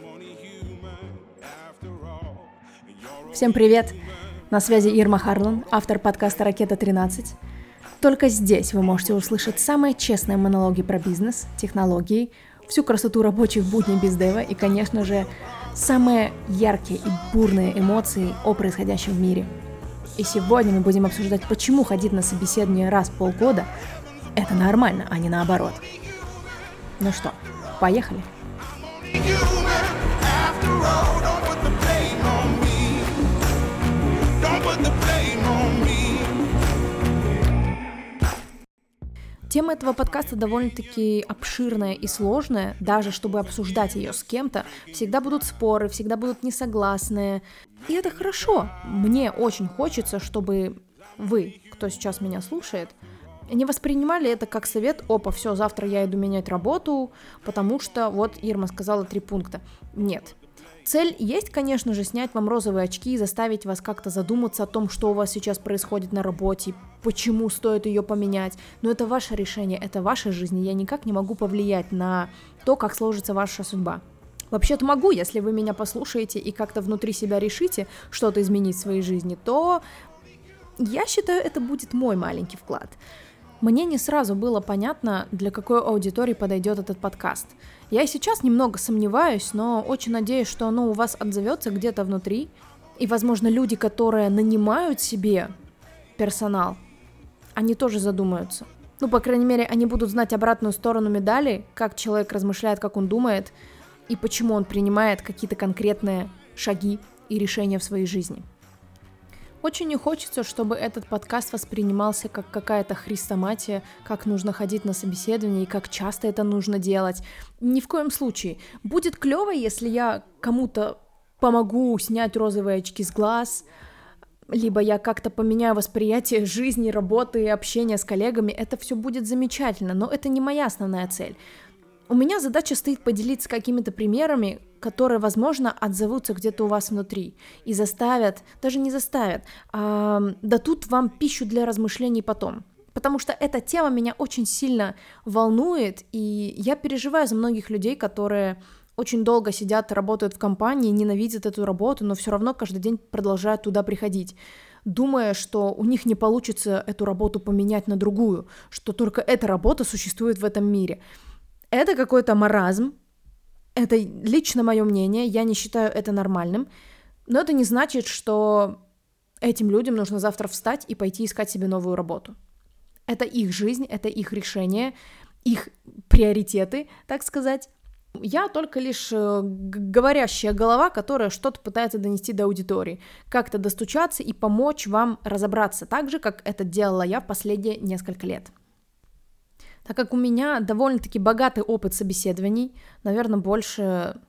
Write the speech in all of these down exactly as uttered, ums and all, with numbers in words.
Всем привет! На связи Ирма Харлан, автор подкаста «Ракета тринадцать». Только здесь вы можете услышать самые честные монологи про бизнес, технологии, всю красоту рабочих будней бездева и, конечно же, самые яркие и бурные эмоции о происходящем в мире. И сегодня мы будем обсуждать, почему ходить на собеседование раз в полгода – это нормально, а не наоборот. Ну что, поехали! Тема этого подкаста довольно-таки обширная и сложная, даже чтобы обсуждать ее с кем-то, всегда будут споры, всегда будут несогласные, и это хорошо. Мне очень хочется, чтобы вы, кто сейчас меня слушает, не воспринимали это как совет: опа, все, завтра я иду менять работу, потому что вот Ирма сказала три пункта. Нет. Цель есть, конечно же, снять вам розовые очки и заставить вас как-то задуматься о том, что у вас сейчас происходит на работе, почему стоит ее поменять. Но это ваше решение, это ваша жизнь, и я никак не могу повлиять на то, как сложится ваша судьба. Вообще-то могу, если вы меня послушаете и как-то внутри себя решите что-то изменить в своей жизни, то я считаю, это будет мой маленький вклад. Мне не сразу было понятно, для какой аудитории подойдет этот подкаст. Я и сейчас немного сомневаюсь, но очень надеюсь, что оно у вас отзовется где-то внутри. И, возможно, люди, которые нанимают себе персонал, они тоже задумаются. Ну, по крайней мере, они будут знать обратную сторону медали, как человек размышляет, как он думает, и почему он принимает какие-то конкретные шаги и решения в своей жизни. Очень не хочется, чтобы этот подкаст воспринимался как какая-то хрестоматия, как нужно ходить на собеседование и как часто это нужно делать. Ни в коем случае. Будет клево, если я кому-то помогу снять розовые очки с глаз, либо я как-то поменяю восприятие жизни, работы и общения с коллегами. Это все будет замечательно, но это не моя основная цель. У меня задача стоит поделиться какими-то примерами, которые, возможно, отзовутся где-то у вас внутри и заставят, даже не заставят, а дадут вам пищу для размышлений потом. Потому что эта тема меня очень сильно волнует, и я переживаю за многих людей, которые очень долго сидят, работают в компании, ненавидят эту работу, но все равно каждый день продолжают туда приходить, думая, что у них не получится эту работу поменять на другую, что только эта работа существует в этом мире. Это какой-то маразм, это лично мое мнение, я не считаю это нормальным, но это не значит, что этим людям нужно завтра встать и пойти искать себе новую работу. Это их жизнь, это их решение, их приоритеты, так сказать. Я только лишь говорящая голова, которая что-то пытается донести до аудитории, как-то достучаться и помочь вам разобраться, так же, как это делала я в последние несколько лет. Так как у меня довольно-таки богатый опыт собеседований, наверное, больше...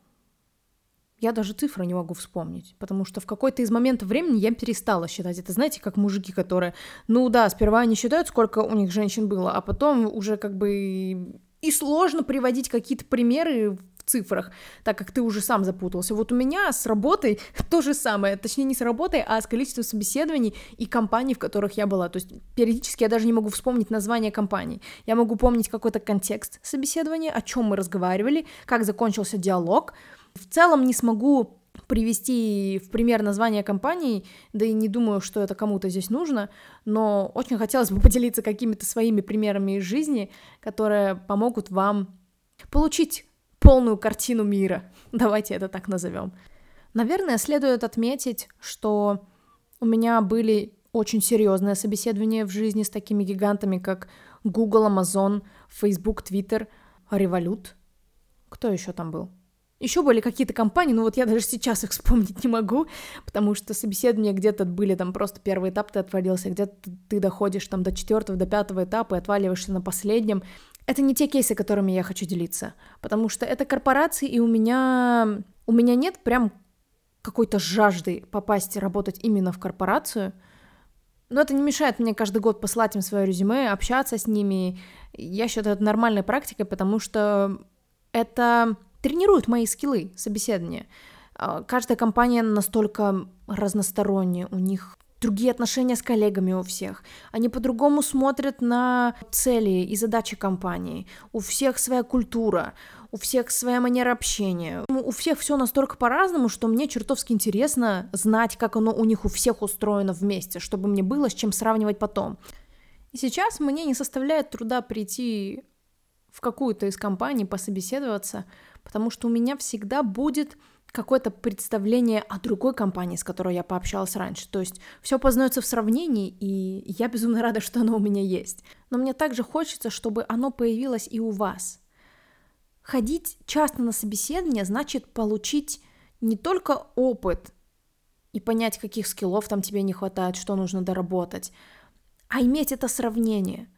Я даже цифры не могу вспомнить, потому что в какой-то из моментов времени я перестала считать. Это, знаете, как мужики, которые, ну да, сперва они считают, сколько у них женщин было, а потом уже как бы и сложно приводить какие-то примеры в цифрах, так как ты уже сам запутался. Вот у меня с работой то же самое, точнее не с работой, а с количеством собеседований и компаний, в которых я была. То есть периодически я даже не могу вспомнить название компаний. Я могу помнить какой-то контекст собеседования, о чем мы разговаривали, как закончился диалог. В целом не смогу привести в пример название компаний, да и не думаю, что это кому-то здесь нужно, но очень хотелось бы поделиться какими-то своими примерами из жизни, которые помогут вам получить полную картину мира. Давайте это так назовем. Наверное, следует отметить, что у меня были очень серьезные собеседования в жизни с такими гигантами, как Google, Amazon, Facebook, Twitter, Revolut. Кто еще там был? Еще были какие-то компании, но вот я даже сейчас их вспомнить не могу, потому что собеседования где-то были, там просто первый этап ты отвалился, где-то ты доходишь там до четвертого, до пятого этапа и отваливаешься на последнем. Это не те кейсы, которыми я хочу делиться, потому что это корпорации, и у меня, у меня нет прям какой-то жажды попасть и работать именно в корпорацию, но это не мешает мне каждый год посылать им свое резюме, общаться с ними. Я считаю это нормальной практикой, потому что это тренирует мои скиллы собеседования. Каждая компания настолько разносторонняя, у них другие отношения с коллегами у всех. Они по-другому смотрят на цели и задачи компании. У всех своя культура, у всех своя манера общения. У всех все настолько по-разному, что мне чертовски интересно знать, как оно у них у всех устроено вместе, чтобы мне было с чем сравнивать потом. И сейчас мне не составляет труда прийти в какую-то из компаний, пособеседоваться, потому что у меня всегда будет какое-то представление о другой компании, с которой я пообщалась раньше. То есть все познается в сравнении, и я безумно рада, что оно у меня есть. Но мне также хочется, чтобы оно появилось и у вас. Ходить часто на собеседование значит получить не только опыт и понять, каких скиллов там тебе не хватает, что нужно доработать, а иметь это сравнение.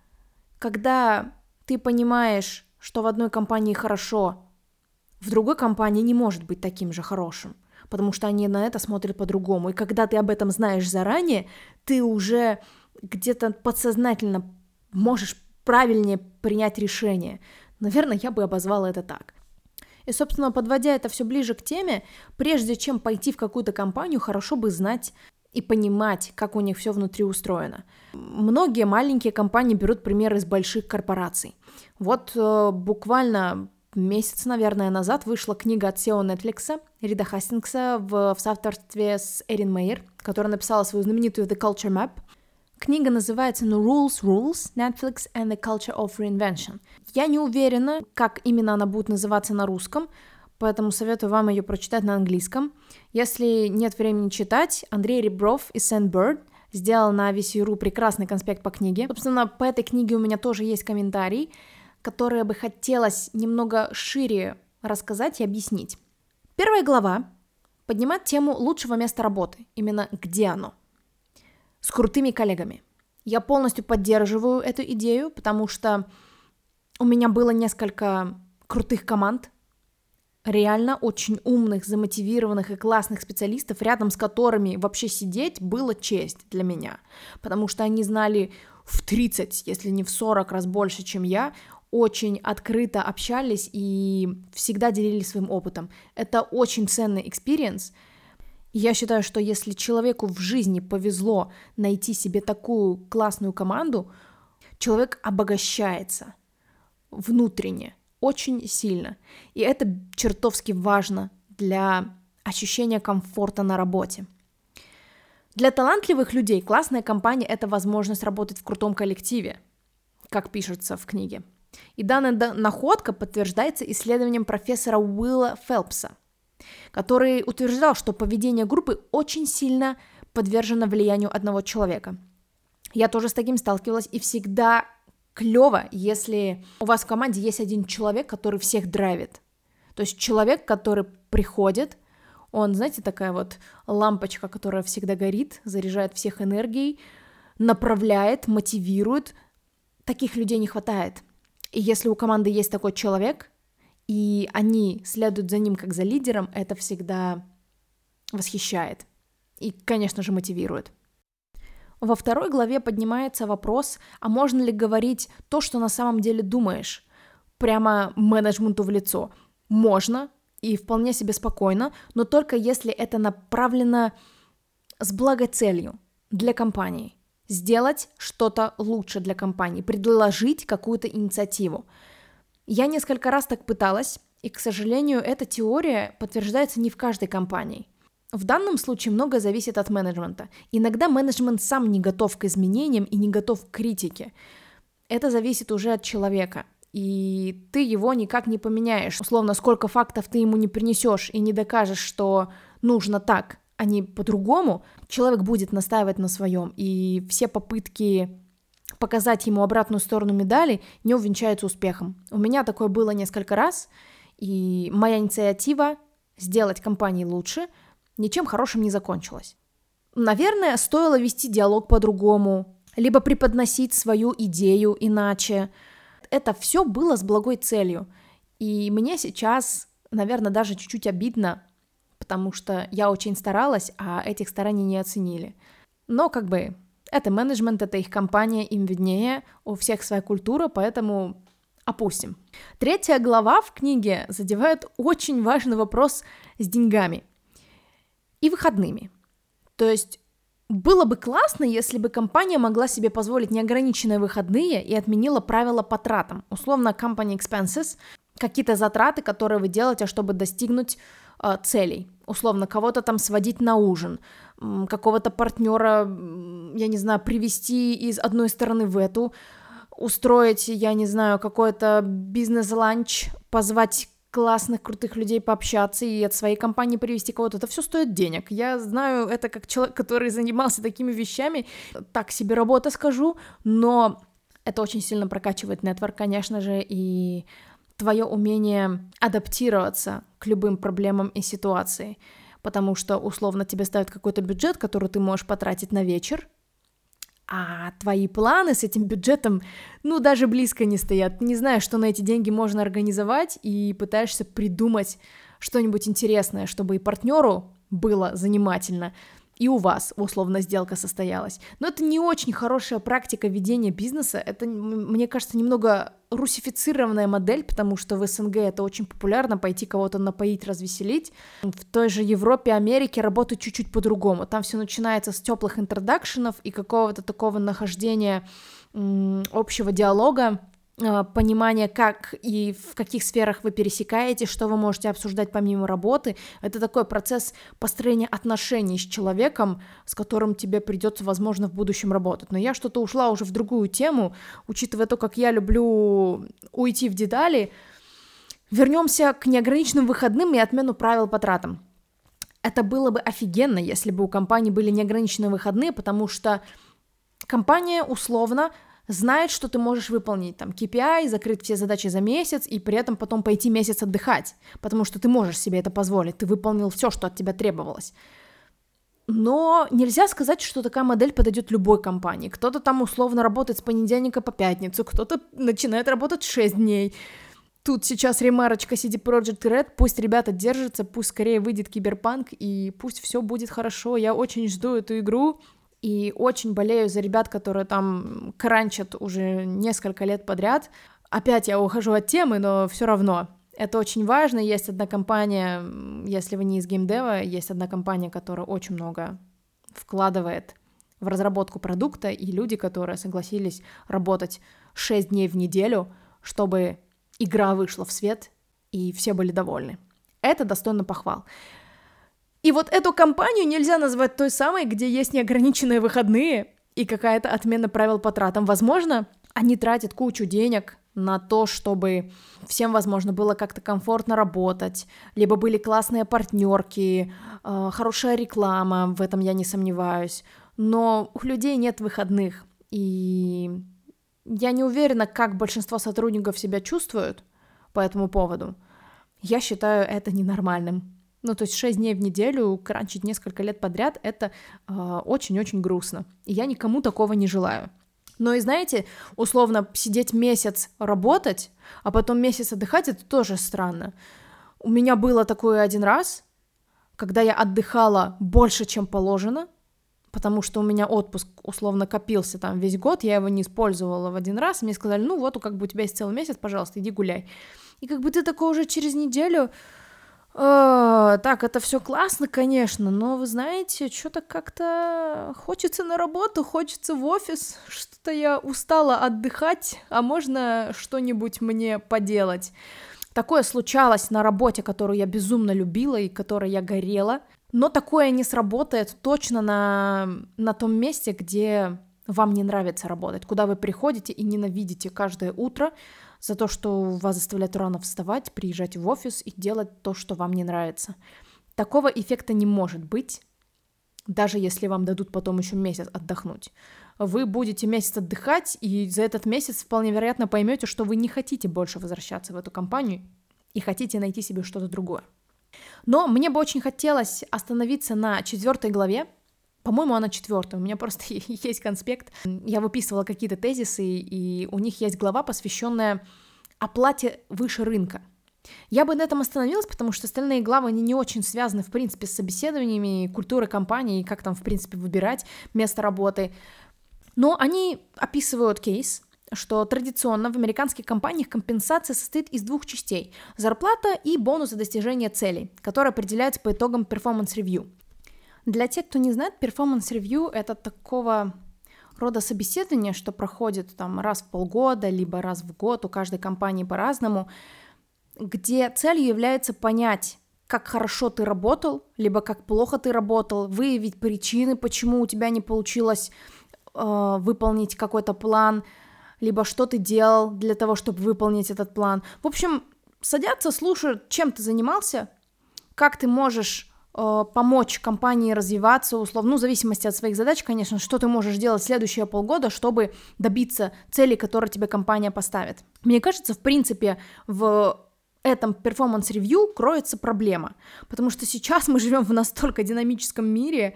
Когда ты понимаешь, что в одной компании хорошо, в другой компании не может быть таким же хорошим, потому что они на это смотрят по-другому. И когда ты об этом знаешь заранее, ты уже где-то подсознательно можешь правильнее принять решение. Наверное, я бы обозвала это так. И, собственно, подводя это все ближе к теме, прежде чем пойти в какую-то компанию, хорошо бы знать и понимать, как у них все внутри устроено. Многие маленькие компании берут пример из больших корпораций. Вот э, буквально месяц, наверное, назад вышла книга от си и о Netflix Рида Хастингса в, в соавторстве с Эрин Мейер, которая написала свою знаменитую The Culture Map. Книга называется No Rules, Rules, Netflix and the Culture of Reinvention. Я не уверена, как именно она будет называться на русском, поэтому советую вам ее прочитать на английском. Если нет времени читать, Андрей Ребров из Sandbird сделал на ви си точка ру прекрасный конспект по книге. Собственно, по этой книге у меня тоже есть комментарий, которые бы хотелось немного шире рассказать и объяснить. Первая глава поднимает тему лучшего места работы, именно где оно, с крутыми коллегами. Я полностью поддерживаю эту идею, потому что у меня было несколько крутых команд, реально очень умных, замотивированных и классных специалистов, рядом с которыми вообще сидеть было честь для меня, потому что они знали в тридцать, если не в сорок раз больше, чем я, очень открыто общались и всегда делились своим опытом. Это очень ценный экспириенс. Я считаю, что если человеку в жизни повезло найти себе такую классную команду, человек обогащается внутренне, очень сильно. И это чертовски важно для ощущения комфорта на работе. Для талантливых людей классная компания — это возможность работать в крутом коллективе, как пишется в книге. И данная находка подтверждается исследованием профессора Уилла Фелпса, который утверждал, что поведение группы очень сильно подвержено влиянию одного человека. Я тоже с таким сталкивалась, и всегда клево, если у вас в команде есть один человек, который всех драйвит. То есть человек, который приходит, он, знаете, такая вот лампочка, которая всегда горит, заряжает всех энергией, направляет, мотивирует. Таких людей не хватает. И если у команды есть такой человек, и они следуют за ним как за лидером, это всегда восхищает и, конечно же, мотивирует. Во второй главе поднимается вопрос, а можно ли говорить то, что на самом деле думаешь, прямо менеджменту в лицо? Можно, и вполне себе спокойно, но только если это направлено с благоцелью для компании. Сделать что-то лучше для компании, предложить какую-то инициативу. Я несколько раз так пыталась, и, к сожалению, эта теория подтверждается не в каждой компании. В данном случае многое зависит от менеджмента. Иногда менеджмент сам не готов к изменениям и не готов к критике. Это зависит уже от человека, и ты его никак не поменяешь. Условно, сколько фактов ты ему не принесешь и не докажешь, что нужно так, а не по-другому, человек будет настаивать на своем, и все попытки показать ему обратную сторону медали не увенчаются успехом. У меня такое было несколько раз, и моя инициатива сделать компании лучше ничем хорошим не закончилась. Наверное, стоило вести диалог по-другому, либо преподносить свою идею иначе. Это все было с благой целью, и мне сейчас, наверное, даже чуть-чуть обидно, потому что я очень старалась, а этих стараний не оценили. Но как бы это менеджмент, это их компания, им виднее, у всех своя культура, поэтому опустим. Третья глава в книге задевает очень важный вопрос с деньгами и выходными. То есть было бы классно, если бы компания могла себе позволить неограниченные выходные и отменила правила по тратам. Условно, company expenses. какие-то затраты, которые вы делаете, чтобы достигнуть э, целей. Условно, кого-то там сводить на ужин, какого-то партнера, я не знаю, привести из одной стороны в эту, устроить, я не знаю, какой-то бизнес-ланч, позвать классных, крутых людей пообщаться и от своей компании привести кого-то. Это все стоит денег. Я знаю это как человек, который занимался такими вещами. Так себе работа, скажу, но это очень сильно прокачивает нетворк, конечно же, и твое умение адаптироваться к любым проблемам и ситуации, потому что, условно, тебе ставят какой-то бюджет, который ты можешь потратить на вечер, а твои планы с этим бюджетом, ну, даже близко не стоят. Не знаешь, что на эти деньги можно организовать, и пытаешься придумать что-нибудь интересное, чтобы и партнеру было занимательно, и у вас, условно, сделка состоялась. Но это не очень хорошая практика ведения бизнеса, это, мне кажется, немного русифицированная модель, потому что в СНГ это очень популярно, пойти кого-то напоить, развеселить. В той же Европе, Америке работают чуть-чуть по-другому. Там все начинается с теплых интродакшенов и какого-то такого нахождения м- общего диалога, понимание, как и в каких сферах вы пересекаете, что вы можете обсуждать помимо работы. Это такой процесс построения отношений с человеком, с которым тебе придется, возможно, в будущем работать. Но я что-то ушла уже в другую тему, учитывая то, как я люблю уйти в детали. Вернемся к неограниченным выходным и отмену правил по тратам. Это было бы офигенно, если бы у компании были неограниченные выходные, потому что компания условно знает, что ты можешь выполнить там кей пи ай, закрыть все задачи за месяц и при этом потом пойти месяц отдыхать, потому что ты можешь себе это позволить, ты выполнил все, что от тебя требовалось. Но нельзя сказать, что такая модель подойдет любой компании. Кто-то там условно работает с понедельника по пятницу, кто-то начинает работать шесть дней. Тут сейчас ремарочка си ди Projekt Red, пусть ребята держатся, пусть скорее выйдет Киберпанк и пусть все будет хорошо. Я очень жду эту игру. И очень болею за ребят, которые там кранчат уже несколько лет подряд. Опять я ухожу от темы, но все равно. Это очень важно. Есть одна компания, если вы не из геймдева, есть одна компания, которая очень много вкладывает в разработку продукта, и люди, которые согласились работать шесть дней в неделю, чтобы игра вышла в свет, и все были довольны. Это достойно похвал. И вот эту компанию нельзя назвать той самой, где есть неограниченные выходные и какая-то отмена правил по тратам. Возможно, они тратят кучу денег на то, чтобы всем, возможно, было как-то комфортно работать, либо были классные партнерки, э, хорошая реклама, в этом я не сомневаюсь. Но у людей нет выходных, и я не уверена, как большинство сотрудников себя чувствуют по этому поводу. Я считаю это ненормальным. Ну, то есть шесть дней в неделю, кранчить несколько лет подряд, это э, очень-очень грустно. И я никому такого не желаю. Но и знаете, условно, сидеть месяц работать, а потом месяц отдыхать, это тоже странно. У меня было такое один раз, когда я отдыхала больше, чем положено, потому что у меня отпуск условно копился там весь год, я его не использовала в один раз, и мне сказали, ну вот, как бы у тебя есть целый месяц, пожалуйста, иди гуляй. И как бы ты такой уже через неделю... О, так, это все классно, конечно, но вы знаете, что-то как-то хочется на работу, хочется в офис, что-то я устала отдыхать, а можно что-нибудь мне поделать. Такое случалось на работе, которую я безумно любила и которой я горела, но такое не сработает точно на, на том месте, где вам не нравится работать, куда вы приходите и ненавидите каждое утро за то, что вас заставляют рано вставать, приезжать в офис и делать то, что вам не нравится. Такого эффекта не может быть, даже если вам дадут потом еще месяц отдохнуть. Вы будете месяц отдыхать, и за этот месяц вполне вероятно поймете, что вы не хотите больше возвращаться в эту компанию и хотите найти себе что-то другое. Но мне бы очень хотелось остановиться на четвертой главе. По-моему, она четвертая. У меня просто есть конспект. Я выписывала какие-то тезисы, и у них есть глава, посвященная оплате выше рынка. Я бы на этом остановилась, потому что остальные главы, они не очень связаны, в принципе, с собеседованиями, культурой компании, как там, в принципе, выбирать место работы. Но они описывают кейс, что традиционно в американских компаниях компенсация состоит из двух частей – зарплата и бонус за достижение целей, который определяется по итогам перформанс-ревью. Для тех, кто не знает, перформанс-ревью — это такого рода собеседование, что проходит там раз в полгода, либо раз в год, у каждой компании по-разному. где целью является понять, как хорошо ты работал, либо как плохо ты работал, выявить причины, почему у тебя не получилось э, выполнить какой-то план, либо что ты делал для того, чтобы выполнить этот план. В общем, садятся, слушают, чем ты занимался, как ты можешь э, помочь компании развиваться, условно, ну, в зависимости от своих задач, конечно, что ты можешь делать следующие полгода, чтобы добиться целей, которые тебе компания поставит. Мне кажется, в принципе, в этом перформанс-ревью кроется проблема, потому что сейчас мы живем в настолько динамическом мире,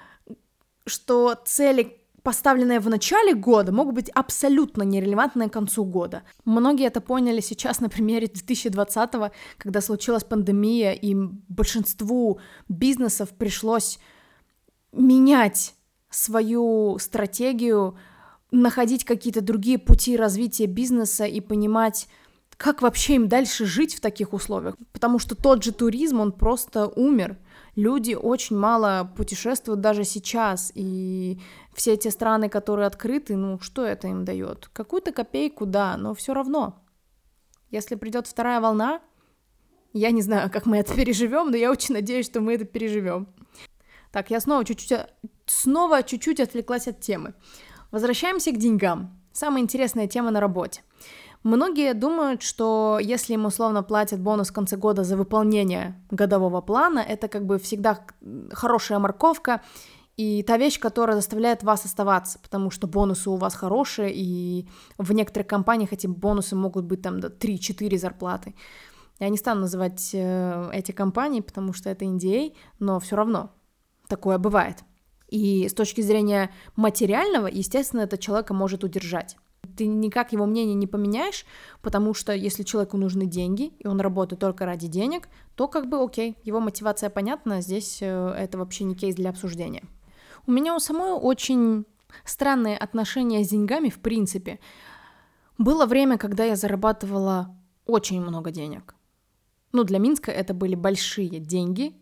что цели, поставленные в начале года, могут быть абсолютно нерелевантны к концу года. Многие это поняли сейчас на примере две тысячи двадцатого, когда случилась пандемия, и большинству бизнесов пришлось менять свою стратегию, находить какие-то другие пути развития бизнеса и понимать, как вообще им дальше жить в таких условиях? Потому что тот же туризм, он просто умер. Люди очень мало путешествуют даже сейчас, и все те страны, которые открыты, ну что это им дает? Какую-то копейку, да, но все равно. Если придет вторая волна, я не знаю, как мы это переживем, но я очень надеюсь, что мы это переживем. Так, я снова чуть-чуть, снова чуть-чуть отвлеклась от темы. Возвращаемся к деньгам. Самая интересная тема на работе. Многие думают, что если им условно платят бонус в конце года за выполнение годового плана, это как бы всегда хорошая морковка и та вещь, которая заставляет вас оставаться, потому что бонусы у вас хорошие, и в некоторых компаниях эти бонусы могут быть там до три-четыре зарплаты. Я не стану называть э, эти компании, потому что это эн ди эй, но все равно такое бывает. И с точки зрения материального, естественно, это человека может удержать. Ты никак его мнение не поменяешь, потому что если человеку нужны деньги, и он работает только ради денег, то как бы окей, его мотивация понятна, здесь это вообще не кейс для обсуждения. У меня у самой очень странные отношения с деньгами в принципе. Было время, когда я зарабатывала очень много денег. Ну, для Минска это были большие деньги,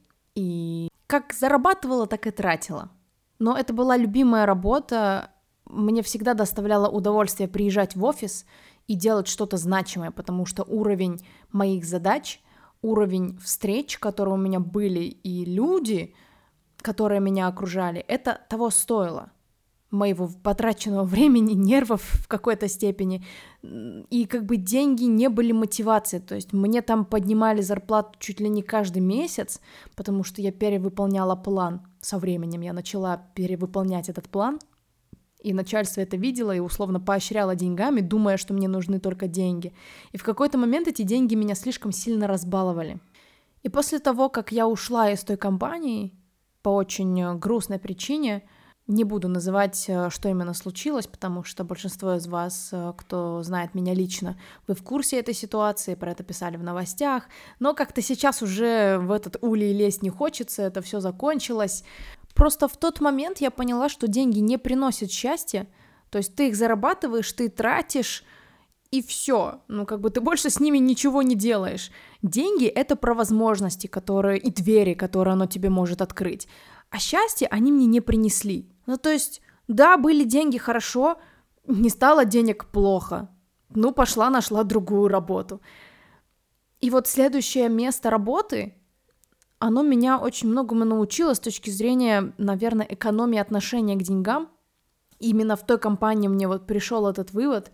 и как зарабатывала, так и тратила. Но это была любимая работа. Мне всегда доставляло удовольствие приезжать в офис и делать что-то значимое, потому что уровень моих задач, уровень встреч, которые у меня были, и люди, которые меня окружали, это того стоило. Моего потраченного времени, нервов в какой-то степени. И как бы деньги не были мотивацией. То есть мне там поднимали зарплату чуть ли не каждый месяц, потому что я перевыполняла план. Со временем я начала перевыполнять этот план. И начальство это видело и условно поощряло деньгами, думая, что мне нужны только деньги. И в какой-то момент эти деньги меня слишком сильно разбаловали. И после того, как я ушла из той компании, по очень грустной причине, не буду называть, что именно случилось, потому что большинство из вас, кто знает меня лично, вы в курсе этой ситуации, про это писали в новостях, но как-то сейчас уже в этот улей лезть не хочется, это все закончилось. Просто в тот момент я поняла, что деньги не приносят счастья, то есть ты их зарабатываешь, ты тратишь, и все, ну как бы ты больше с ними ничего не делаешь. Деньги — это про возможности, которые и двери, которые оно тебе может открыть, а счастье они мне не принесли. Ну то есть, да, были деньги, хорошо, не стало денег, плохо, ну пошла, нашла другую работу. И вот следующее место работы, оно меня очень многому научило с точки зрения, наверное, экономии отношения к деньгам. Именно в той компании мне вот пришел этот вывод,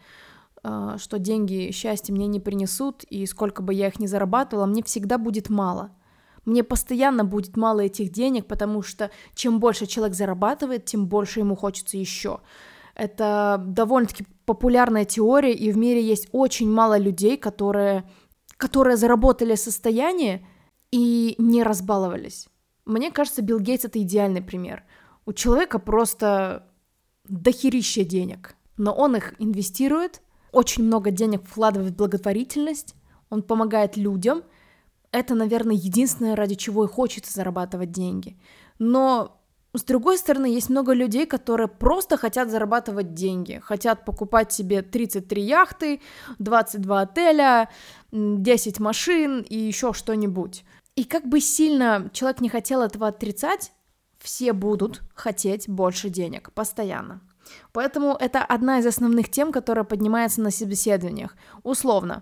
что деньги счастья мне не принесут, и сколько бы я их ни зарабатывала, мне всегда будет мало. Мне постоянно будет мало этих денег, потому что чем больше человек зарабатывает, тем больше ему хочется еще. Это довольно-таки популярная теория, и в мире есть очень мало людей, которые, которые заработали состояние, и не разбаловались. Мне кажется, Билл Гейтс — это идеальный пример. У человека просто дохерища денег, но он их инвестирует, очень много денег вкладывает в благотворительность, он помогает людям. Это, наверное, единственное, ради чего и хочется зарабатывать деньги. Но, с другой стороны, есть много людей, которые просто хотят зарабатывать деньги, хотят покупать себе тридцать три яхты, двадцать два отеля, десять машин и еще что-нибудь. И как бы сильно человек не хотел этого отрицать, все будут хотеть больше денег постоянно. Поэтому это одна из основных тем, которая поднимается на собеседованиях. Условно,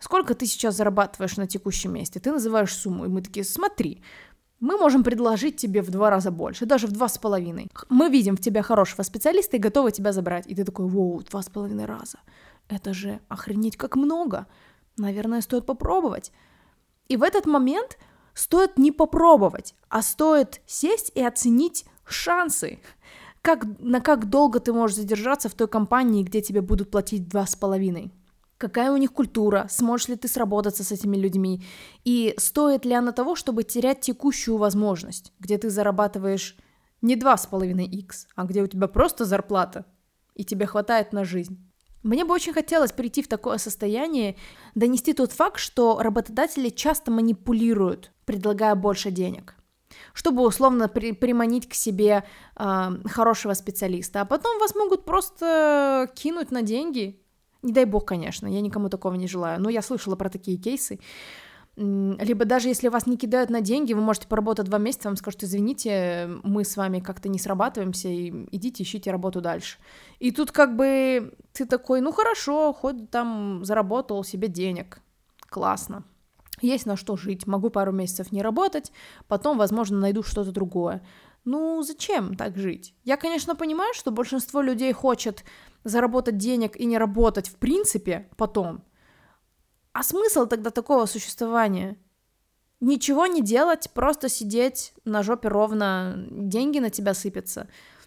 сколько ты сейчас зарабатываешь на текущем месте? Ты называешь сумму, и мы такие, смотри, мы можем предложить тебе в два раза больше, даже в два с половиной. Мы видим в тебя хорошего специалиста и готовы тебя забрать. И ты такой, воу, два с половиной раза. Это же охренеть как много. Наверное, стоит попробовать. И в этот момент стоит не попробовать, а стоит сесть и оценить шансы. Как, на как долго ты можешь задержаться в той компании, где тебе будут платить два с половиной. Какая у них культура, сможешь ли ты сработаться с этими людьми, и стоит ли она того, чтобы терять текущую возможность, где ты зарабатываешь не два с половиной икс, а где у тебя просто зарплата, и тебе хватает на жизнь. Мне бы очень хотелось прийти в такое состояние, донести тот факт, что работодатели часто манипулируют, предлагая больше денег, чтобы условно при- приманить к себе э, хорошего специалиста, а потом вас могут просто кинуть на деньги. Не дай бог, конечно, я никому такого не желаю, но я слышала про такие кейсы. Либо даже если вас не кидают на деньги, вы можете поработать два месяца, вам скажут, извините, мы с вами как-то не срабатываемся, и идите, ищите работу дальше. И тут как бы ты такой, ну хорошо, хоть там заработал себе денег, классно. Есть на что жить, могу пару месяцев не работать, потом, возможно, найду что-то другое. Ну, зачем так жить? Я, конечно, понимаю, что большинство людей хочет заработать денег и не работать в принципе потом. А смысл тогда такого существования? Ничего не делать, просто сидеть на жопе ровно, деньги на тебя сыпятся.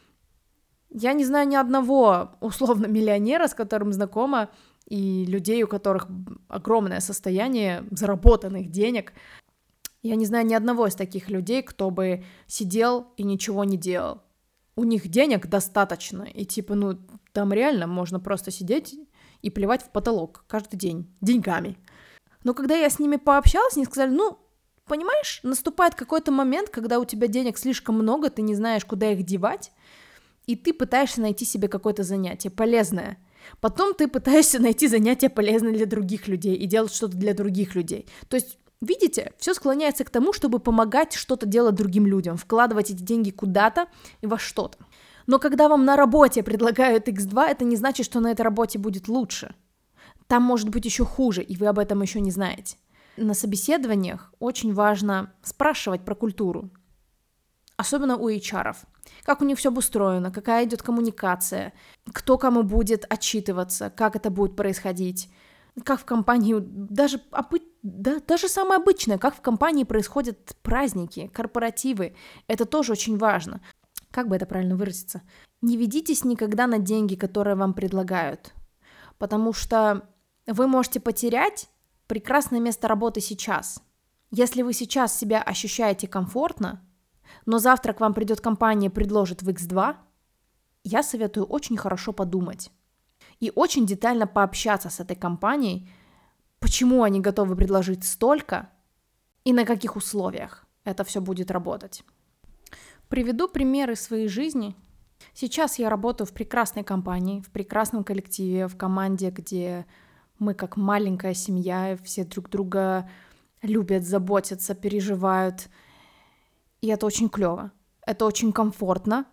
Я не знаю ни одного условно миллионера, с которым знакома, и людей, у которых огромное состояние заработанных денег. Я не знаю ни одного из таких людей, кто бы сидел и ничего не делал. У них денег достаточно, и типа, ну, там реально можно просто сидеть и плевать в потолок каждый день деньгами. Но когда я с ними пообщалась, они сказали, ну, понимаешь, наступает какой-то момент, когда у тебя денег слишком много, ты не знаешь, куда их девать, и ты пытаешься найти себе какое-то занятие полезное. Потом ты пытаешься найти занятие полезное для других людей и делать что-то для других людей. То есть, видите, все склоняется к тому, чтобы помогать что-то делать другим людям, вкладывать эти деньги куда-то и во что-то. Но когда вам на работе предлагают икс два, это не значит, что на этой работе будет лучше. Там может быть еще хуже, и вы об этом еще не знаете. На собеседованиях очень важно спрашивать про культуру. Особенно у эйч ар-ов. Как у них все обустроено, какая идет коммуникация, кто кому будет отчитываться, как это будет происходить, как в компании, даже, да, даже самое обычное, как в компании происходят праздники, корпоративы. Это тоже очень важно. Как бы это правильно выразиться? Не ведитесь никогда на деньги, которые вам предлагают, потому что вы можете потерять прекрасное место работы сейчас. Если вы сейчас себя ощущаете комфортно, но завтра к вам придет компания и предложит в икс два, я советую очень хорошо подумать и очень детально пообщаться с этой компанией, почему они готовы предложить столько и на каких условиях это все будет работать. Приведу примеры своей жизни. Сейчас я работаю в прекрасной компании, в прекрасном коллективе, в команде, где мы как маленькая семья, все друг друга любят, заботятся, переживают. И это очень клево, это очень комфортно,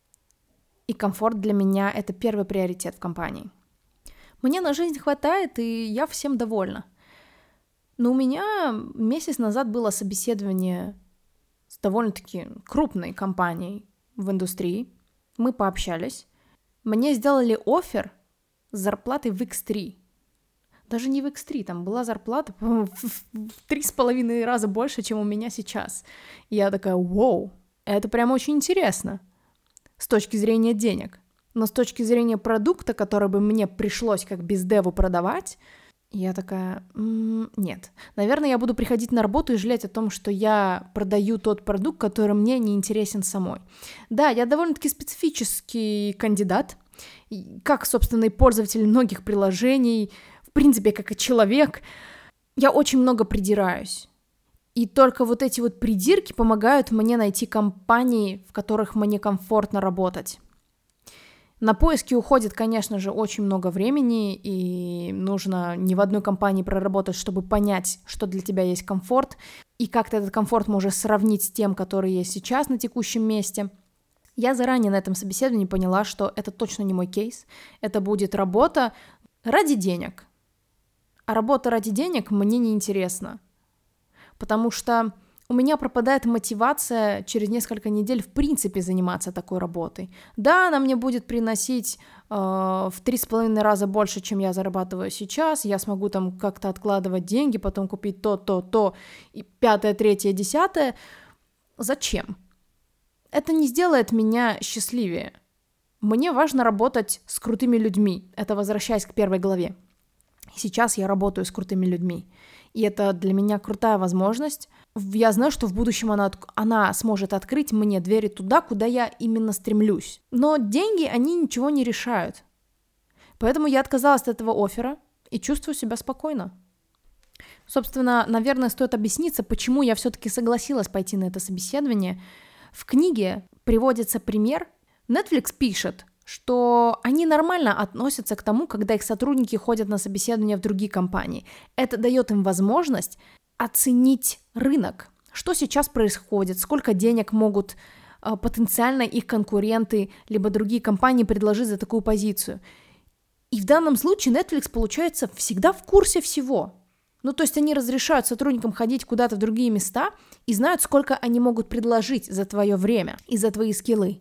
и комфорт для меня — это первый приоритет в компании. Мне на жизнь хватает, и я всем довольна. Но у меня месяц назад было собеседование с довольно-таки крупной компанией в индустрии. Мы пообщались. Мне сделали оффер с зарплатой в икс три. Даже не в икс три, там была зарплата, по-моему, в три с половиной раза больше, чем у меня сейчас. И я такая, вау, это прям очень интересно с точки зрения денег. Но с точки зрения продукта, который бы мне пришлось как бездеву продавать, я такая, м-м, нет. Наверное, я буду приходить на работу и жалеть о том, что я продаю тот продукт, который мне не интересен самой. Да, я довольно-таки специфический кандидат, как, собственно, и пользователь многих приложений, в принципе, как и человек. Я очень много придираюсь. И только вот эти вот придирки помогают мне найти компании, в которых мне комфортно работать. На поиски уходит, конечно же, очень много времени, и нужно не в одной компании проработать, чтобы понять, что для тебя есть комфорт, и как ты этот комфорт можешь сравнить с тем, который есть сейчас на текущем месте. Я заранее на этом собеседовании поняла, что это точно не мой кейс, это будет работа ради денег, А работа ради денег мне не интересна, потому что у меня пропадает мотивация через несколько недель в принципе заниматься такой работой. Да, она мне будет приносить э, в три с половиной раза больше, чем я зарабатываю сейчас. Я смогу там как-то откладывать деньги, потом купить то, то, то, и пятое, третье, десятое. Зачем? Это не сделает меня счастливее. Мне важно работать с крутыми людьми. Это возвращаясь к первой главе. Сейчас я работаю с крутыми людьми. И это для меня крутая возможность. Я знаю, что в будущем она, она сможет открыть мне двери туда, куда я именно стремлюсь. Но деньги, они ничего не решают. Поэтому я отказалась от этого оффера и чувствую себя спокойно. Собственно, наверное, стоит объясниться, почему я все-таки согласилась пойти на это собеседование. В книге приводится пример. Netflix пишет, что они нормально относятся к тому, когда их сотрудники ходят на собеседование в другие компании. Это дает им возможность оценить рынок, что сейчас происходит, сколько денег могут э, потенциально их конкуренты либо другие компании предложить за такую позицию. И в данном случае Netflix, получается, всегда в курсе всего. Ну, то есть они разрешают сотрудникам ходить куда-то в другие места и знают, сколько они могут предложить за твое время и за твои скиллы.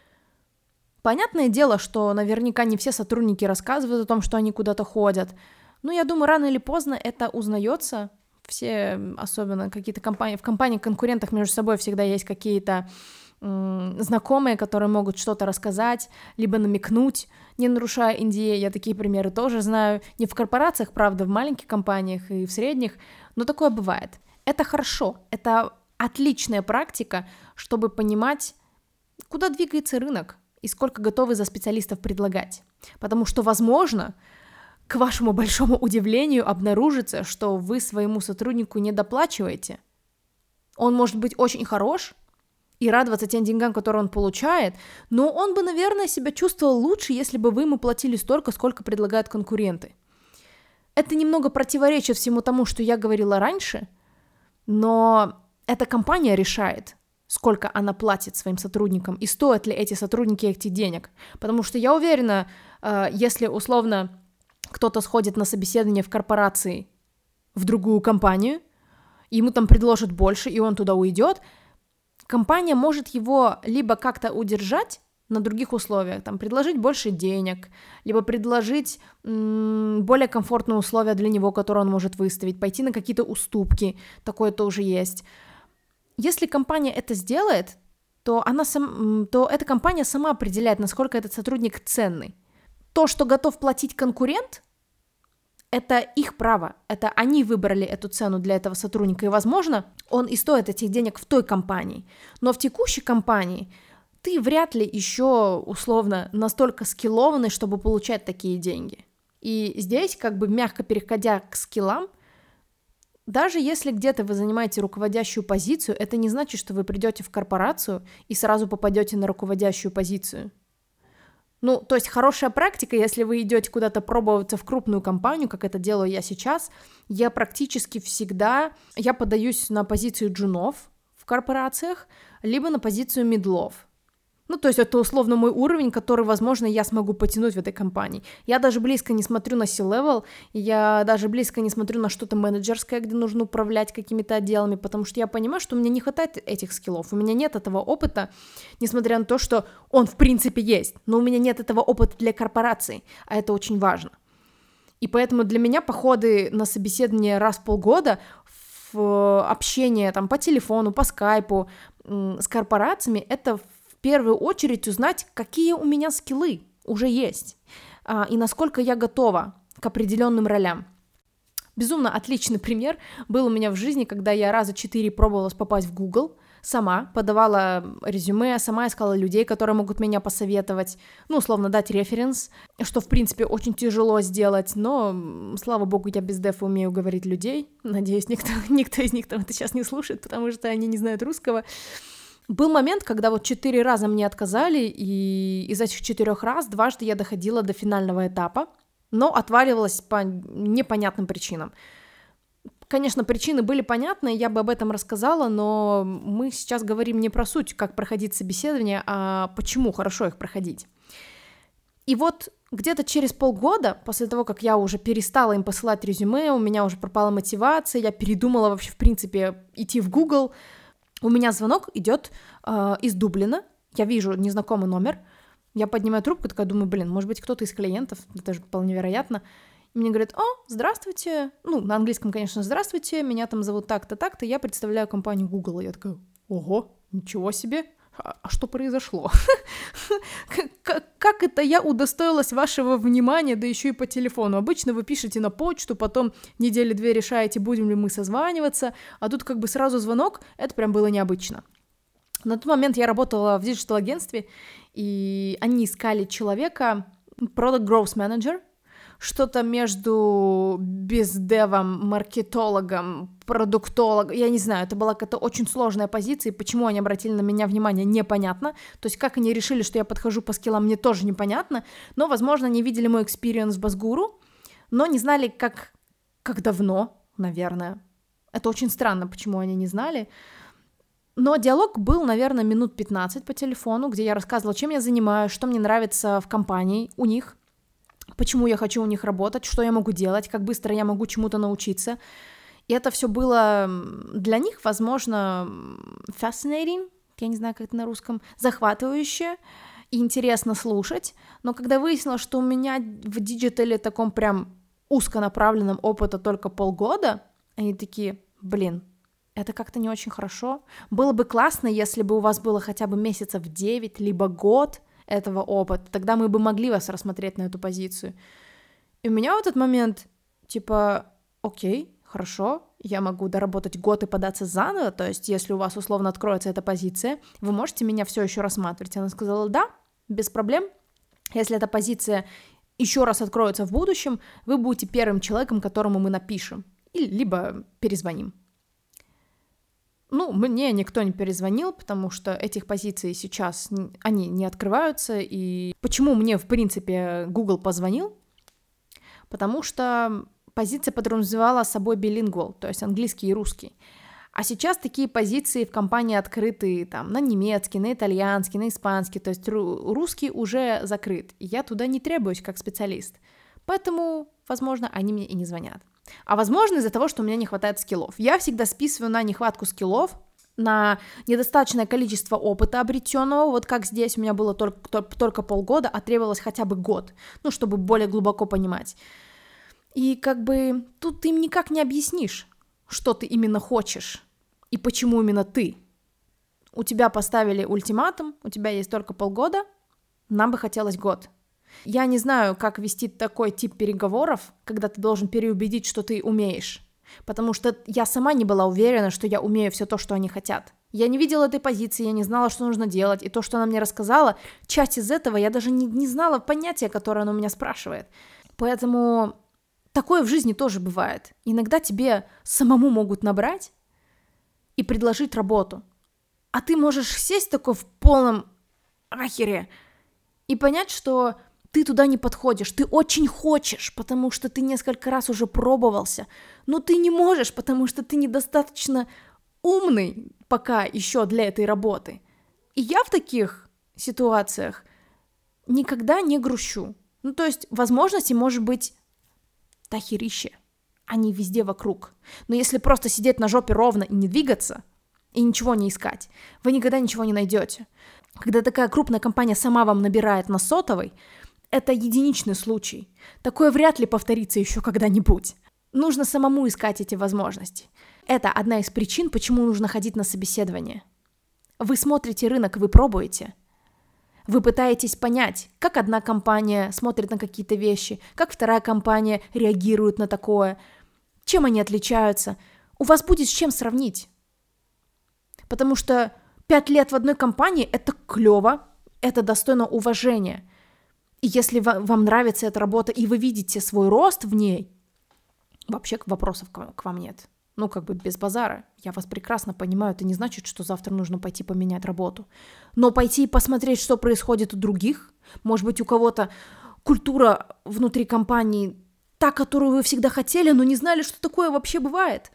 Понятное дело, что наверняка не все сотрудники рассказывают о том, что они куда-то ходят, но я думаю, рано или поздно это узнается. Все, особенно какие-то компании, в компаниях-конкурентах между собой всегда есть какие-то м- знакомые, которые могут что-то рассказать, либо намекнуть, не нарушая эн ди эй. Я такие примеры тоже знаю. Не в корпорациях, правда, в маленьких компаниях и в средних, но такое бывает. Это хорошо, это отличная практика, чтобы понимать, куда двигается рынок и сколько готовы за специалистов предлагать. Потому что, возможно, к вашему большому удивлению обнаружится, что вы своему сотруднику не доплачиваете. Он может быть очень хорош и радоваться тем деньгам, которые он получает, но он бы, наверное, себя чувствовал лучше, если бы вы ему платили столько, сколько предлагают конкуренты. Это немного противоречит всему тому, что я говорила раньше, но эта компания решает, сколько она платит своим сотрудникам и стоят ли эти сотрудники этих денег. Потому что я уверена, если условно кто-то сходит на собеседование в корпорации в другую компанию, ему там предложат больше, и он туда уйдет, компания может его либо как-то удержать на других условиях, там, предложить больше денег, либо предложить м- более комфортные условия для него, которые он может выставить, пойти на какие-то уступки, такое тоже есть. Если компания это сделает, то, она сам, то эта компания сама определяет, насколько этот сотрудник ценный. То, что готов платить конкурент, это их право, это они выбрали эту цену для этого сотрудника, и, возможно, он и стоит этих денег в той компании. Но в текущей компании ты вряд ли еще, условно, настолько скиллованный, чтобы получать такие деньги. И здесь, как бы мягко переходя к скиллам, даже если где-то вы занимаете руководящую позицию, это не значит, что вы придете в корпорацию и сразу попадете на руководящую позицию. Ну, то есть хорошая практика, если вы идете куда-то пробоваться в крупную компанию, как это делаю я сейчас, я практически всегда, я подаюсь на позицию джунов в корпорациях, либо на позицию мидлов. Ну, то есть это условно мой уровень, который, возможно, я смогу потянуть в этой компании. Я даже близко не смотрю на C-level, я даже близко не смотрю на что-то менеджерское, где нужно управлять какими-то отделами, потому что я понимаю, что у меня не хватает этих скиллов, у меня нет этого опыта, несмотря на то, что он в принципе есть, но у меня нет этого опыта для корпораций, а это очень важно. И поэтому для меня походы на собеседование раз в полгода, в общение там, по телефону, по скайпу с корпорациями, это в первую очередь узнать, какие у меня скиллы уже есть, а, и насколько я готова к определенным ролям. Безумно отличный пример был у меня в жизни, когда я раза четыре пробовалась попасть в Google, сама подавала резюме, сама искала людей, которые могут меня посоветовать, ну, условно, дать референс, что, в принципе, очень тяжело сделать, но, слава богу, я без дефа умею говорить людей, надеюсь, никто, никто из них там это сейчас не слушает, потому что они не знают русского. Был момент, когда вот четыре раза мне отказали, и из этих четырех раз дважды я доходила до финального этапа, но отваливалась по непонятным причинам. Конечно, причины были понятны, я бы об этом рассказала, но мы сейчас говорим не про суть, как проходить собеседование, а почему хорошо их проходить. И вот где-то через полгода, после того, как я уже перестала им посылать резюме, у меня уже пропала мотивация, я передумала вообще, в принципе, идти в Google, у меня звонок идет э, из Дублина, я вижу незнакомый номер, я поднимаю трубку, такая думаю, блин, может быть, кто-то из клиентов, это же вполне вероятно. И мне говорят, о, здравствуйте, ну, на английском, конечно, здравствуйте, меня там зовут так-то, так-то, я представляю компанию Google. Я такая, ого, ничего себе, а, а что произошло? Как это я удостоилась вашего внимания, да еще и по телефону? Обычно вы пишете на почту, потом недели две решаете, будем ли мы созваниваться, а тут как бы сразу звонок, это прям было необычно. На тот момент я работала в диджитал-агентстве, и они искали человека, Product Growth Manager, что-то между бездевом, маркетологом, продуктологом, я не знаю, это была какая-то очень сложная позиция, и почему они обратили на меня внимание, непонятно, то есть как они решили, что я подхожу по скиллам, мне тоже непонятно, но, возможно, они видели мой экспириенс в Басгуру, но не знали, как, как давно, наверное. Это очень странно, почему они не знали. Но диалог был, наверное, минут пятнадцать по телефону, где я рассказывала, чем я занимаюсь, что мне нравится в компании у них, почему я хочу у них работать, что я могу делать, как быстро я могу чему-то научиться. И это все было для них, возможно, fascinating, я не знаю, как это на русском, захватывающе и интересно слушать. Но когда выяснилось, что у меня в диджитале таком прям узконаправленном опыта только полгода, они такие, блин, это как-то не очень хорошо. Было бы классно, если бы у вас было хотя бы месяцев девять, либо год этого опыта, тогда мы бы могли вас рассмотреть на эту позицию. И у меня в этот момент, типа, окей, хорошо, я могу доработать год и податься заново, то есть если у вас условно откроется эта позиция, вы можете меня все еще рассматривать. Она сказала, да, без проблем. Если эта позиция еще раз откроется в будущем, вы будете первым человеком, которому мы напишем, или либо перезвоним. Ну, мне никто не перезвонил, потому что этих позиций сейчас, они не открываются, и почему мне, в принципе, Google позвонил? Потому что позиция подразумевала собой билингвал, то есть английский и русский. А сейчас такие позиции в компании открыты там, на немецкий, на итальянский, на испанский, то есть русский уже закрыт, и я туда не требуюсь как специалист. Поэтому, возможно, они мне и не звонят. А возможно, из-за того, что у меня не хватает скиллов. Я всегда списываю на нехватку скиллов, на недостаточное количество опыта обретенного, вот как здесь у меня было только, только полгода, а требовалось хотя бы год, ну, чтобы более глубоко понимать. И как бы тут ты им никак не объяснишь, что ты именно хочешь и почему именно ты. У тебя поставили ультиматум, у тебя есть только полгода, нам бы хотелось год. Я не знаю, как вести такой тип переговоров, когда ты должен переубедить, что ты умеешь. Потому что я сама не была уверена, что я умею все то, что они хотят. Я не видела этой позиции, я не знала, что нужно делать. И то, что она мне рассказала, часть из этого я даже не, не знала понятия, которое она у меня спрашивает. Поэтому такое в жизни тоже бывает. Иногда тебе самому могут набрать и предложить работу. А ты можешь сесть такой в полном ахере и понять, что ты туда не подходишь, ты очень хочешь, потому что ты несколько раз уже пробовался, но ты не можешь, потому что ты недостаточно умный пока еще для этой работы. И я в таких ситуациях никогда не грущу. Ну, то есть возможности может быть тахерище, они везде вокруг. Но если просто сидеть на жопе ровно и не двигаться, и ничего не искать, вы никогда ничего не найдете. Когда такая крупная компания сама вам набирает на сотовой, это единичный случай. Такое вряд ли повторится еще когда-нибудь. Нужно самому искать эти возможности. Это одна из причин, почему нужно ходить на собеседование. Вы смотрите рынок, вы пробуете. Вы пытаетесь понять, как одна компания смотрит на какие-то вещи, как вторая компания реагирует на такое, чем они отличаются. У вас будет с чем сравнить. Потому что пять лет в одной компании – это клево, это достойно уважения. И если вам нравится эта работа, и вы видите свой рост в ней, вообще вопросов к вам нет. Ну, как бы без базара. Я вас прекрасно понимаю, это не значит, что завтра нужно пойти поменять работу. Но пойти и посмотреть, что происходит у других, может быть, у кого-то культура внутри компании та, которую вы всегда хотели, но не знали, что такое вообще бывает.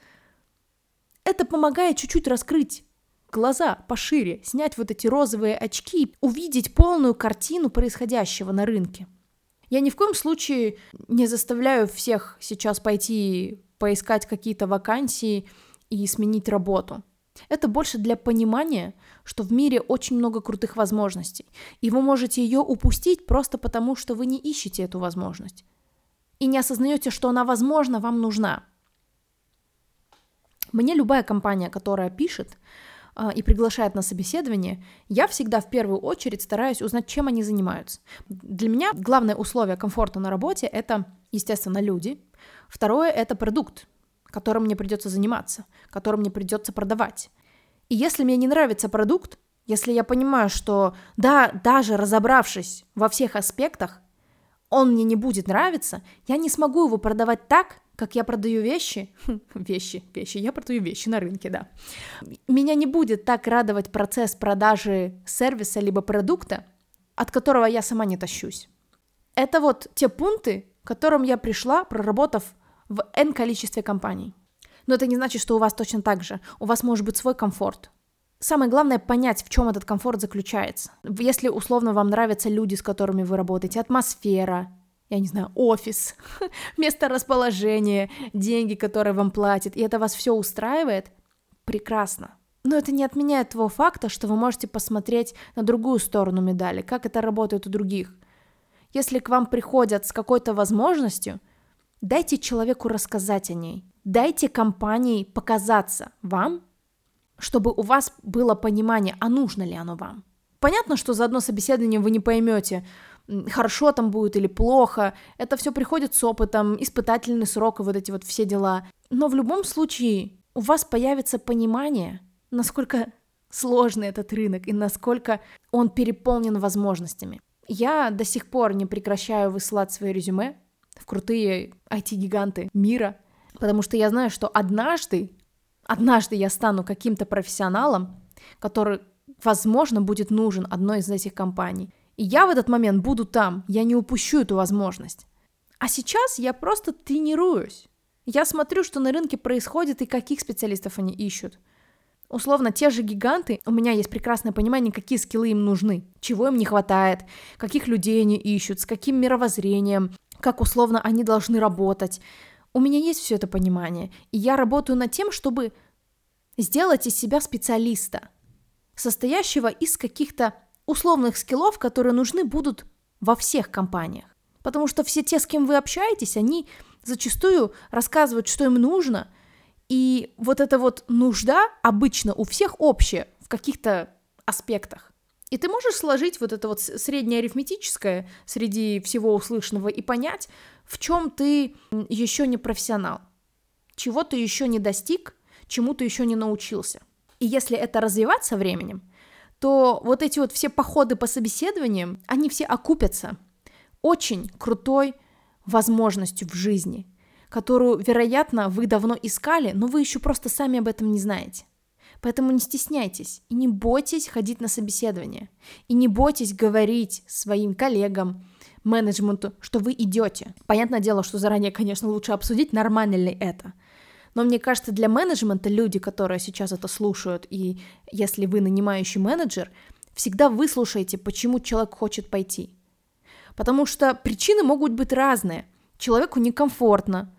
Это помогает чуть-чуть раскрыть глаза пошире, снять вот эти розовые очки, увидеть полную картину происходящего на рынке. Я ни в коем случае не заставляю всех сейчас пойти поискать какие-то вакансии и сменить работу. Это больше для понимания, что в мире очень много крутых возможностей, и вы можете ее упустить просто потому, что вы не ищете эту возможность и не осознаете, что она, возможно, вам нужна. Мне любая компания, которая пишет э, и приглашает на собеседование, я всегда в первую очередь стараюсь узнать, чем они занимаются. Для меня главное условие комфорта на работе — это, естественно, люди. Второе — это продукт, которым мне придется заниматься, которым мне придется продавать. И если мне не нравится продукт, если я понимаю, что да, даже разобравшись во всех аспектах, он мне не будет нравиться, я не смогу его продавать так, как я продаю вещи. Вещи, вещи, я продаю вещи на рынке, да. Меня не будет так радовать процесс продажи сервиса либо продукта, от которого я сама не тащусь. Это вот те пункты, к которым я пришла, проработав в N количестве компаний. Но это не значит, что у вас точно так же. У вас может быть свой комфорт. Самое главное — понять, в чем этот комфорт заключается. Если условно вам нравятся люди, с которыми вы работаете, атмосфера, я не знаю, офис, место расположения, деньги, которые вам платят, и это вас все устраивает, прекрасно. Но это не отменяет того факта, что вы можете посмотреть на другую сторону медали, как это работает у других. Если к вам приходят с какой-то возможностью, дайте человеку рассказать о ней. Дайте компании показаться вам, чтобы у вас было понимание, а нужно ли оно вам. Понятно, что за одно собеседование вы не поймете, хорошо там будет или плохо. Это все приходит с опытом, испытательный срок и вот эти вот все дела. Но в любом случае у вас появится понимание, насколько сложный этот рынок и насколько он переполнен возможностями. Я до сих пор не прекращаю высылать свои резюме в крутые ай ти-гиганты мира, потому что я знаю, что однажды, однажды я стану каким-то профессионалом, который, возможно, будет нужен одной из этих компаний. И я в этот момент буду там, я не упущу эту возможность. А сейчас я просто тренируюсь. Я смотрю, что на рынке происходит и каких специалистов они ищут. Условно, те же гиганты, у меня есть прекрасное понимание, какие скиллы им нужны, чего им не хватает, каких людей они ищут, с каким мировоззрением, как условно они должны работать. У меня есть все это понимание, и я работаю над тем, чтобы сделать из себя специалиста, состоящего из каких-то условных скиллов, которые нужны будут во всех компаниях. Потому что все те, с кем вы общаетесь, они зачастую рассказывают, что им нужно, и вот эта вот нужда обычно у всех общая в каких-то аспектах. И ты можешь сложить вот это вот среднее арифметическое среди всего услышанного и понять, в чем ты еще не профессионал, чего ты еще не достиг, чему ты еще не научился. И если это развивать со временем, то вот эти вот все походы по собеседованиям, они все окупятся очень крутой возможностью в жизни, которую, вероятно, вы давно искали, но вы еще просто сами об этом не знаете. Поэтому не стесняйтесь и не бойтесь ходить на собеседование. И не бойтесь говорить своим коллегам, менеджменту, что вы идете. Понятное дело, что заранее, конечно, лучше обсудить, нормально ли это. Но мне кажется, для менеджмента люди, которые сейчас это слушают, и если вы нанимающий менеджер, всегда выслушайте, почему человек хочет пойти. Потому что причины могут быть разные. Человеку некомфортно.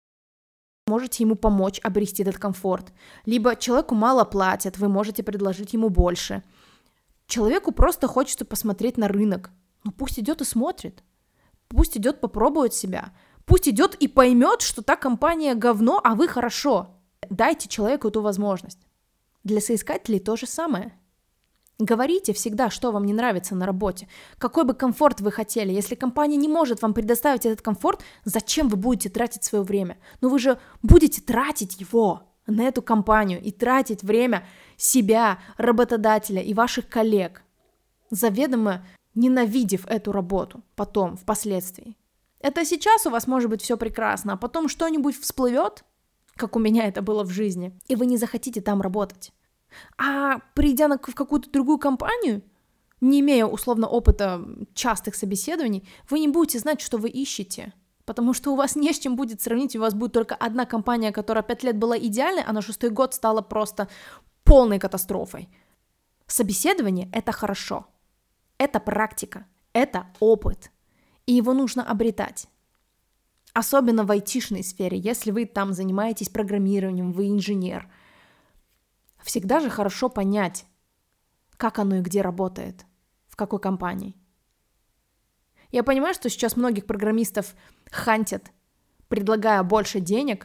Можете ему помочь обрести этот комфорт. Либо человеку мало платят, вы можете предложить ему больше. Человеку просто хочется посмотреть на рынок. Ну пусть идет и смотрит. Пусть идет попробует себя. Пусть идет и поймет, что та компания говно, а вы хорошо. Дайте человеку эту возможность. Для соискателей то же самое. Говорите всегда, что вам не нравится на работе, какой бы комфорт вы хотели. Если компания не может вам предоставить этот комфорт, зачем вы будете тратить свое время? Ну вы же будете тратить его на эту компанию и тратить время себя, работодателя и ваших коллег, заведомо ненавидев эту работу потом, впоследствии. Это сейчас у вас может быть все прекрасно, а потом что-нибудь всплывет, как у меня это было в жизни, и вы не захотите там работать. А придя на, в какую-то другую компанию, не имея условно опыта частых собеседований, вы не будете знать, что вы ищете, потому что у вас не с чем будет сравнить, у вас будет только одна компания, которая пять лет была идеальной, а на шестой год стала просто полной катастрофой. Собеседование — это хорошо, это практика, это опыт. и его нужно обретать. Особенно в айтишной сфере, если вы там занимаетесь программированием, вы инженер. Всегда же хорошо понять, как оно и где работает, в какой компании. Я понимаю, что сейчас многих программистов хантят, предлагая больше денег,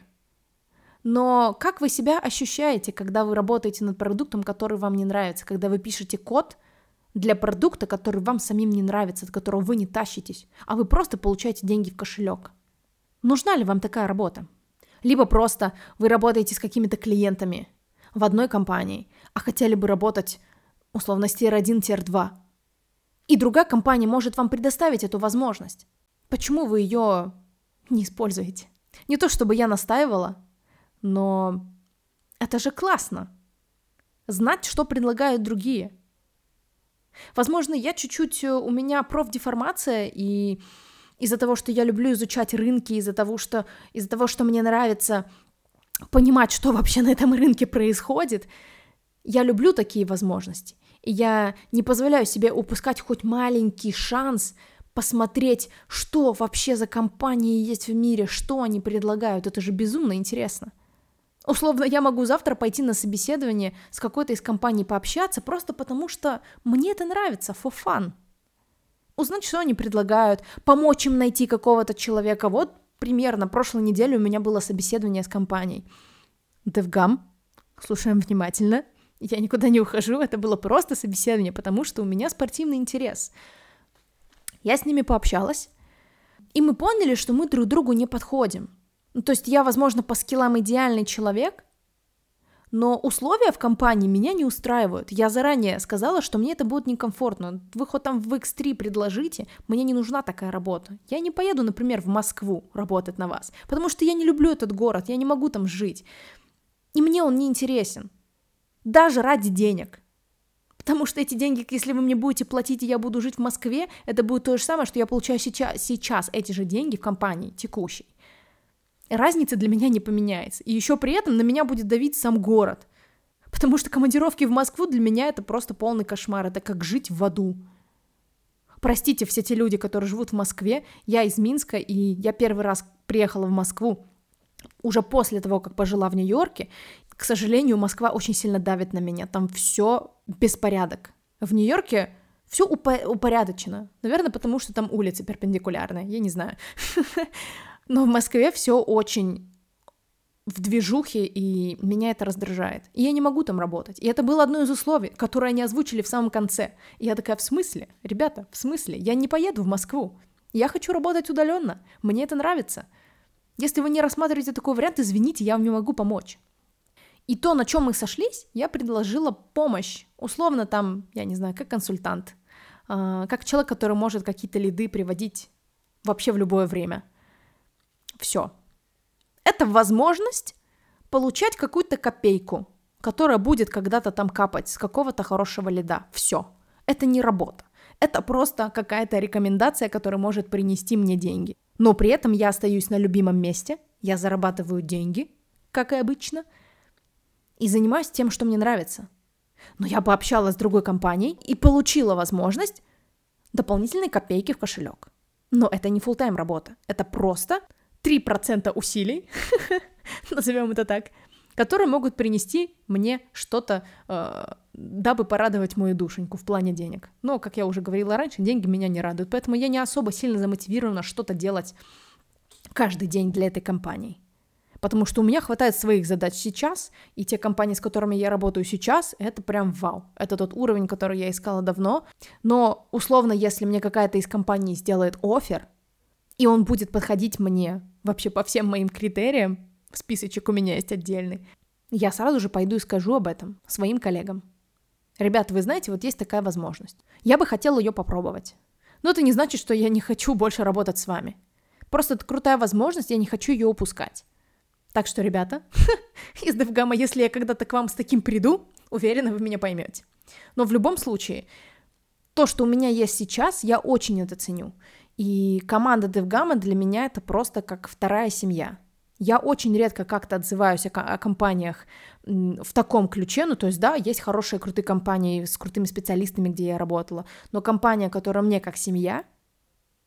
но как вы себя ощущаете, когда вы работаете над продуктом, который вам не нравится, когда вы пишете код для продукта, который вам самим не нравится, от которого вы не тащитесь, а вы просто получаете деньги в кошелек? Нужна ли вам такая работа? Либо просто вы работаете с какими-то клиентами в одной компании, а хотели бы работать, условно, с тир один, тир два. И другая компания может вам предоставить эту возможность. Почему вы ее не используете? Не то чтобы я настаивала, но это же классно. Знать, что предлагают другие. Возможно, я чуть-чуть, у меня профдеформация, и из-за того, что я люблю изучать рынки, из-за того, что, из-за того, что мне нравится понимать, что вообще на этом рынке происходит, я люблю такие возможности. И я не позволяю себе упускать хоть маленький шанс посмотреть, что вообще за компании есть в мире, что они предлагают. Это же безумно интересно. Условно, я могу завтра пойти на собеседование с какой-то из компаний пообщаться, просто потому что мне это нравится, for fun. Узнать, что они предлагают, помочь им найти какого-то человека. Вот пример, на прошлой неделе у меня было собеседование с компанией DevGam. Слушаем внимательно. Я никуда не ухожу, это было просто собеседование, потому что у меня спортивный интерес. Я с ними пообщалась, и мы поняли, что мы друг другу не подходим. Ну, то есть я, возможно, по скиллам идеальный человек, но условия в компании меня не устраивают. Я заранее сказала, что мне это будет некомфортно. Вы хоть там в икс три предложите, мне не нужна такая работа. Я не поеду, например, в Москву работать на вас, потому что я не люблю этот город, я не могу там жить. И мне он не интересен. Даже ради денег. Потому что эти деньги, если вы мне будете платить, и я буду жить в Москве, это будет то же самое, что я получаю сейчас, сейчас эти же деньги в компании текущей. Разница для меня не поменяется. И еще при этом на меня будет давить сам город. Потому что командировки в Москву для меня это просто полный кошмар. Это как жить в аду. Простите, все те люди, которые живут в Москве. Я из Минска, и я первый раз приехала в Москву уже после того, как пожила в Нью-Йорке. К сожалению, Москва очень сильно давит на меня. Там все беспорядок. В Нью-Йорке все упо- упорядочено. Наверное, потому что там улицы перпендикулярные. Я не знаю. Но в Москве все очень в движухе, и меня это раздражает. И я не могу там работать. И это было одно из условий, которое они озвучили в самом конце. И я такая, в смысле? Ребята, в смысле? Я не поеду в Москву. Я хочу работать удаленно. Мне это нравится. Если вы не рассматриваете такой вариант, извините, я вам не могу помочь. И то, на чем мы сошлись, я предложила помощь. Условно там, я не знаю, как консультант. Как человек, который может какие-то лиды приводить вообще в любое время. Все. Это возможность получать какую-то копейку, которая будет когда-то там капать с какого-то хорошего лида. Все. Это не работа. Это просто какая-то рекомендация, которая может принести мне деньги. Но при этом я остаюсь на любимом месте, я зарабатываю деньги, как и обычно, и занимаюсь тем, что мне нравится. Но я пообщалась с другой компанией и получила возможность дополнительной копейки в кошелек. Но это не фулл-тайм работа. Это просто три процента усилий, назовем это так, которые могут принести мне что-то, э, дабы порадовать мою душеньку в плане денег. Но, как я уже говорила раньше, деньги меня не радуют, поэтому я не особо сильно замотивирована что-то делать каждый день для этой компании. Потому что у меня хватает своих задач сейчас, и те компании, с которыми я работаю сейчас, это прям вау. Это тот уровень, который я искала давно. Но, условно, если мне какая-то из компаний сделает оффер, и он будет подходить мне вообще по всем моим критериям, списочек у меня есть отдельный, я сразу же пойду и скажу об этом своим коллегам. Ребята, вы знаете, вот есть такая возможность. Я бы хотела ее попробовать. Но это не значит, что я не хочу больше работать с вами. Просто это крутая возможность, я не хочу ее упускать. Так что, ребята, из DevGam, если я когда-то к вам с таким приду, уверена, вы меня поймете. Но в любом случае, то, что у меня есть сейчас, я очень это ценю. И команда DevGam для меня это просто как вторая семья. Я очень редко как-то отзываюсь о, о компаниях в таком ключе, ну то есть да, есть хорошие крутые компании с крутыми специалистами, где я работала, но компания, которая мне как семья,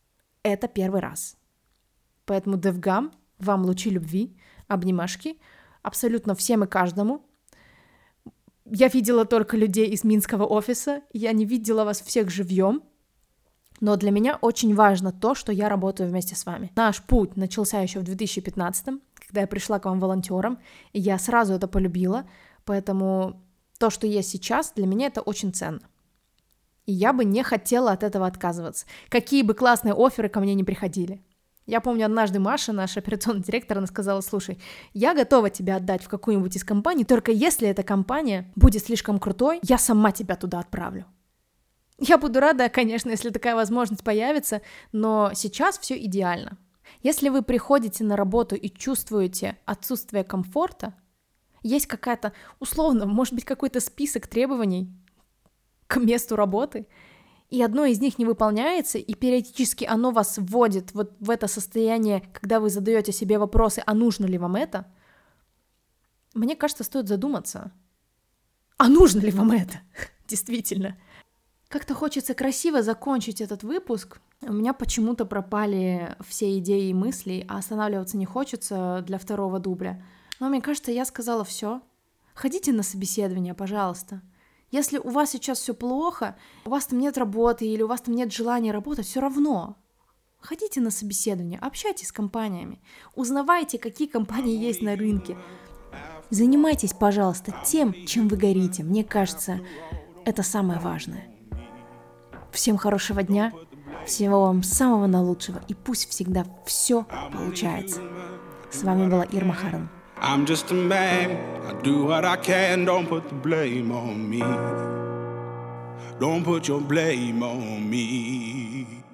это первый раз. Поэтому DevGam, вам лучи любви, обнимашки, абсолютно всем и каждому. Я видела только людей из минского офиса, я не видела вас всех живьем, но для меня очень важно то, что я работаю вместе с вами. Наш путь начался еще в две тысячи пятнадцатом, когда я пришла к вам волонтером, и я сразу это полюбила, поэтому то, что есть сейчас, для меня это очень ценно. И я бы не хотела от этого отказываться, какие бы классные офферы ко мне не приходили. Я помню, однажды Маша, наш операционный директор, она сказала: слушай, я готова тебя отдать в какую-нибудь из компаний, только если эта компания будет слишком крутой, я сама тебя туда отправлю. Я буду рада, конечно, если такая возможность появится, но сейчас все идеально. Если вы приходите на работу и чувствуете отсутствие комфорта, есть какая-то, условно, может быть, какой-то список требований к месту работы, и одно из них не выполняется, и периодически оно вас вводит вот в это состояние, когда вы задаете себе вопросы, а нужно ли вам это, мне кажется, стоит задуматься. А нужно ли вам это? Действительно. Как-то хочется красиво закончить этот выпуск. У меня почему-то пропали все идеи и мысли, а останавливаться не хочется для второго дубля. Но мне кажется, я сказала все. Ходите на собеседование, пожалуйста. Если у вас сейчас все плохо, у вас там нет работы или у вас там нет желания работать, все равно. Ходите на собеседование, общайтесь с компаниями, узнавайте, какие компании есть на рынке. Занимайтесь, пожалуйста, тем, чем вы горите. Мне кажется, это самое важное. Всем хорошего дня, всего вам самого наилучшего, и пусть всегда все получается. С вами была Ирма Харан. I'm just a man, I do what I can, don't put the blame on me. Don't put your blame on me.